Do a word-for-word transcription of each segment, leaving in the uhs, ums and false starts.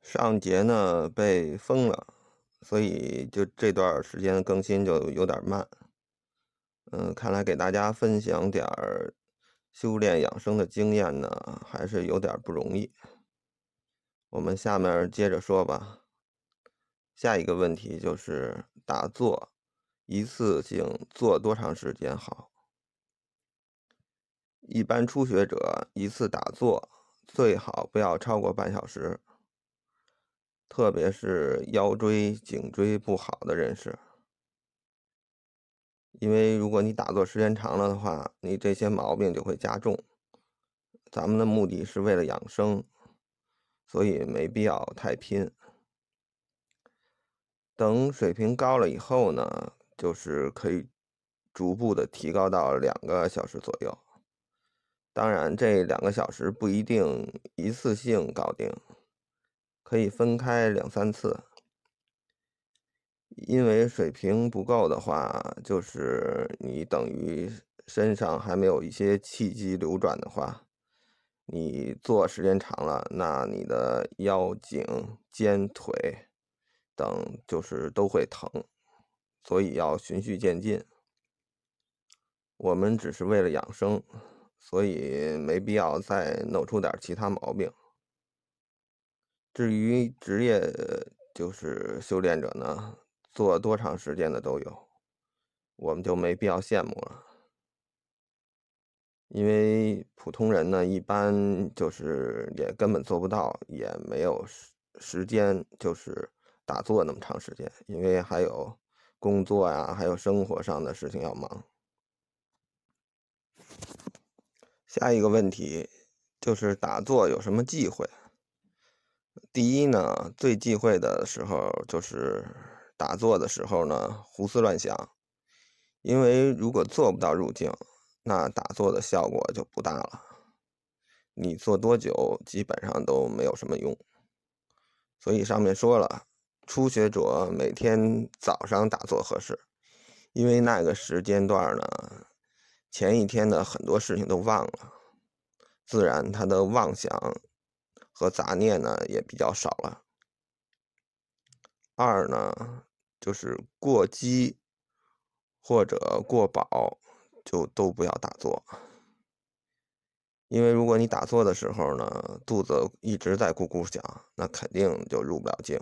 上节呢被封了，所以就这段时间更新就有点慢。嗯，看来给大家分享点儿修炼养生的经验呢，还是有点不容易。我们下面接着说吧。下一个问题就是打坐，一次性做多长时间好？一般初学者一次打坐最好不要超过半小时，特别是腰椎、颈椎不好的人士。因为如果你打坐时间长了的话，你这些毛病就会加重。咱们的目的是为了养生，所以没必要太拼。等水平高了以后呢，就是可以逐步的提高到两个小时左右。当然，这两个小时不一定一次性搞定，可以分开两三次。因为水平不够的话，就是你等于身上还没有一些气机流转的话，你坐时间长了，那你的腰、颈、肩、腿等就是都会疼，所以要循序渐进。我们只是为了养生，所以没必要再弄出点其他毛病。至于职业就是修炼者呢，做多长时间的都有，我们就没必要羡慕了。因为普通人呢，一般就是也根本做不到，也没有时时间就是打坐那么长时间，因为还有工作呀，还有生活上的事情要忙。下一个问题就是打坐有什么忌讳？第一呢，最忌讳的时候就是打坐的时候呢，胡思乱想，因为如果做不到入静，那打坐的效果就不大了。你做多久基本上都没有什么用。所以上面说了，初学者每天早上打坐合适，因为那个时间段呢，前一天的很多事情都忘了，自然他的妄想和杂念呢也比较少了。二呢，就是过饥或者过饱就都不要打坐，因为如果你打坐的时候呢，肚子一直在咕咕响，那肯定就入不了静。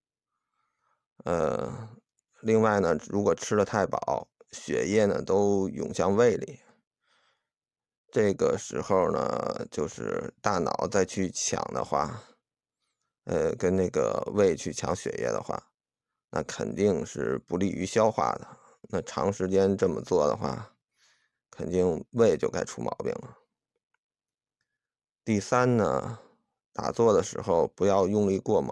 呃，另外呢，如果吃的太饱，血液呢都涌向胃里，这个时候呢，就是大脑再去抢的话，呃，跟那个胃去抢血液的话，那肯定是不利于消化的。那长时间这么做的话，肯定胃就该出毛病了。第三呢，打坐的时候不要用力过猛，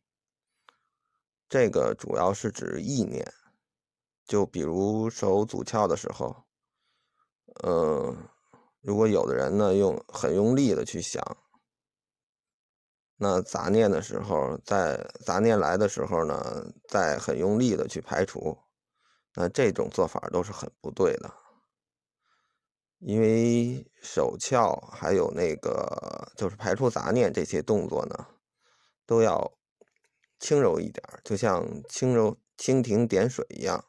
这个主要是指意念。就比如手足翘的时候，呃，如果有的人呢用很用力的去想，那杂念的时候，在杂念来的时候呢，再很用力的去排除，那这种做法都是很不对的。因为手翘还有那个就是排除杂念这些动作呢，都要轻柔一点，就像轻柔蜻蜓点水一样。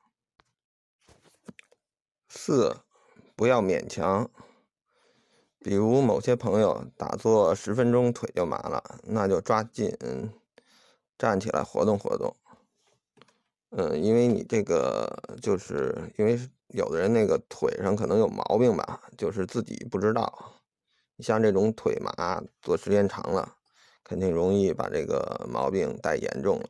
四，不要勉强。比如某些朋友打坐十分钟腿就麻了，那就抓紧站起来活动活动。嗯，因为你这个就是因为有的人那个腿上可能有毛病吧，就是自己不知道。你像这种腿麻，坐时间长了，肯定容易把这个毛病带严重了。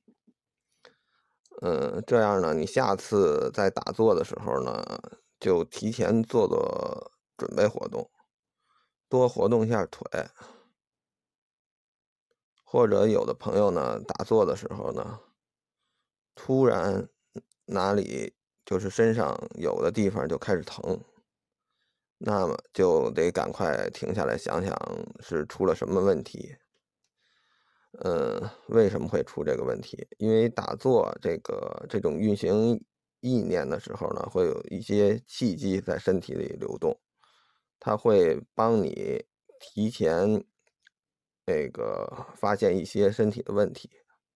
嗯，这样呢，你下次在打坐的时候呢，就提前做做准备活动，多活动一下腿。或者有的朋友呢，打坐的时候呢，突然哪里就是身上有的地方就开始疼，那么就得赶快停下来想想是出了什么问题。呃，为什么会出这个问题？因为打坐这个这种运行意念的时候呢，会有一些气机在身体里流动，它会帮你提前那个发现一些身体的问题。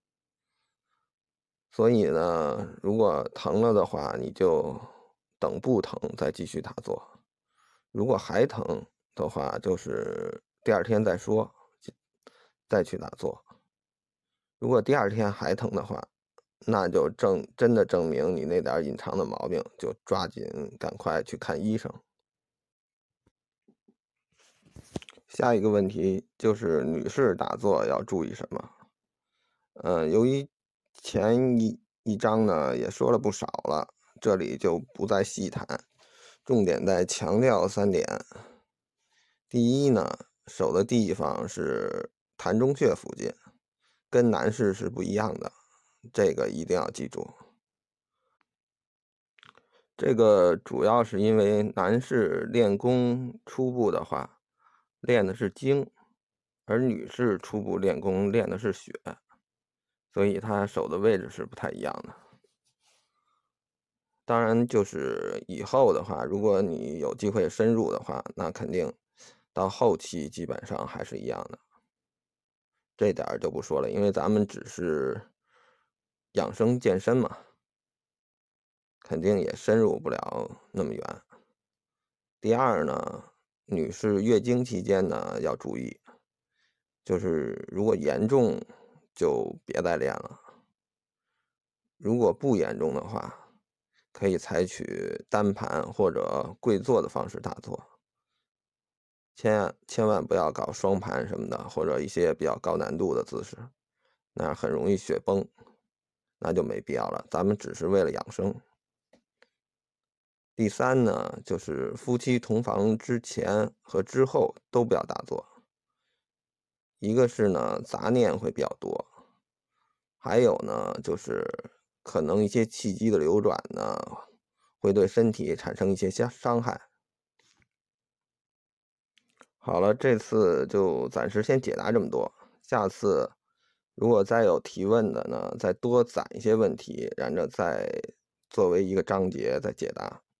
所以呢，如果疼了的话，你就等不疼再继续打坐；如果还疼的话，就是第二天再说，再去打坐。如果第二天还疼的话，那就证真的证明你那点隐藏的毛病，就抓紧赶快去看医生。下一个问题就是女士打坐要注意什么？呃，由于前一一章呢也说了不少了，这里就不再细谈，重点再强调三点。第一呢，手的地方是膻中穴附近，跟男士是不一样的，这个一定要记住。这个主要是因为男士练功初步的话，练的是精，而女士初步练功练的是血，所以他手的位置是不太一样的。当然，就是以后的话，如果你有机会深入的话，那肯定到后期基本上还是一样的。这点就不说了，因为咱们只是养生健身嘛，肯定也深入不了那么远。第二呢，女士月经期间呢要注意，就是如果严重就别再练了，如果不严重的话，可以采取单盘或者跪坐的方式打坐，千千万不要搞双盘什么的，或者一些比较高难度的姿势，那样很容易血崩，那就没必要了。咱们只是为了养生。第三呢，就是夫妻同房之前和之后都不要打坐。一个是呢，杂念会比较多，还有呢，就是可能一些气机的流转呢，会对身体产生一些伤伤害。好了，这次就暂时先解答这么多，下次如果再有提问的呢，再多攒一些问题，然后再作为一个章节再解答。